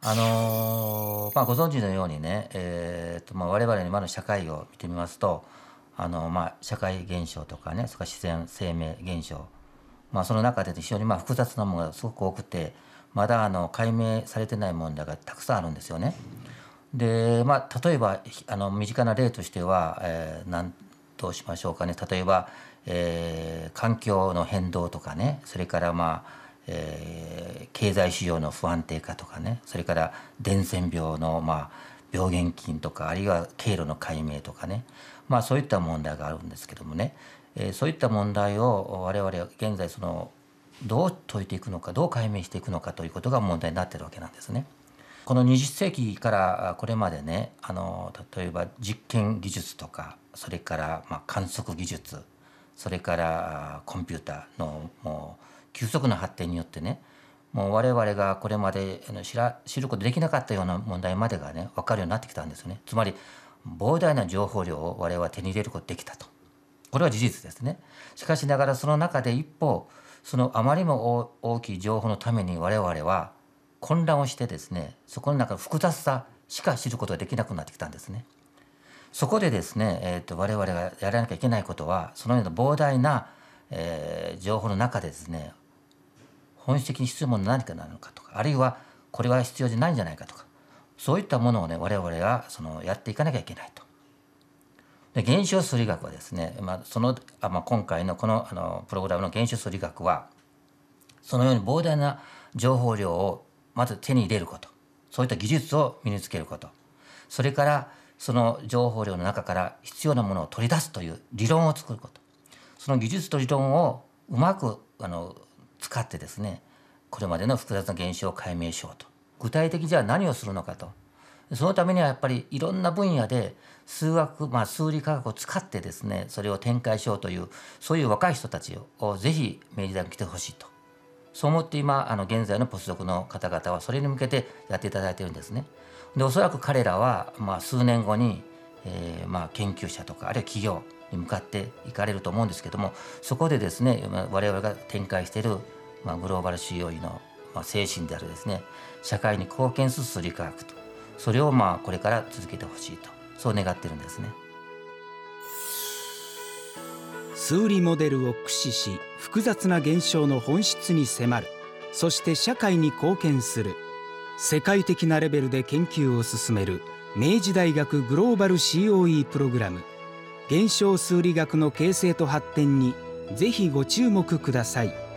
ご存知のようにね、我々の今の社会を見てみますと、社会現象とかね、それから自然生命現象、その中で非常に複雑なものがすごく多くて、まだ解明されてない問題がたくさんあるんですよね。で、例えば身近な例としては、何としましょうかね。例えば、環境の変動とかね、それから経済市場の不安定化とかね、それから伝染病の病原菌とか、あるいは経路の解明とかね、そういった問題があるんですけどもね、そういった問題を我々は現在どう解いていくのか、どう解明していくのかということが問題になっているわけなんですね。この20世紀からこれまでね、例えば実験技術とか、それから観測技術、それからコンピューターのもう急速な発展によってね、もう我々がこれまで知ることできなかったような問題までがね、分かるようになってきたんですよね。つまり膨大な情報量を我々は手に入れることができたと。これは事実ですね。しかしながらその中で一方、そのあまりにも大きい情報のために我々は混乱をしてですね、そこの中の複雑さしか知ることができなくなってきたんですね。そこでですね、我々がやらなきゃいけないことは、そのような膨大な、情報の中でですね、本質的に必要なものは何かなのかとか、あるいはこれは必要じゃないんじゃないかとか、そういったものをね、我々はやっていかなきゃいけないと。で、現象数理学はですね、今回のこの、プログラムの現象数理学は、そのように膨大な情報量をまず手に入れること、そういった技術を身につけること、それからその情報量の中から必要なものを取り出すという理論を作ること、その技術と理論をうまく使ってですね、これまでの複雑な現象を解明しようと。具体的じゃあ何をするのかと。そのためにはやっぱりいろんな分野で数学、数理科学を使ってですね、それを展開しようという、そういう若い人たちをぜひ明治大学に来てほしいと。そう思って今現在のポスドクの方々はそれに向けてやっていただいているんですね。で、おそらく彼らは数年後に、研究者とかあるいは企業に向かっていかれると思うんですけども、そこでですね、我々が展開している、グローバル COE の、精神であるですね、社会に貢献する数理科学と、それをこれから続けてほしいと、そう願ってるんですね。 数理モデルを駆使し、複雑な現象の本質に迫る、そして社会に貢献する。世界的なレベルで研究を進める明治大学グローバル COE プログラム、現象数理学の形成と発展にぜひご注目ください。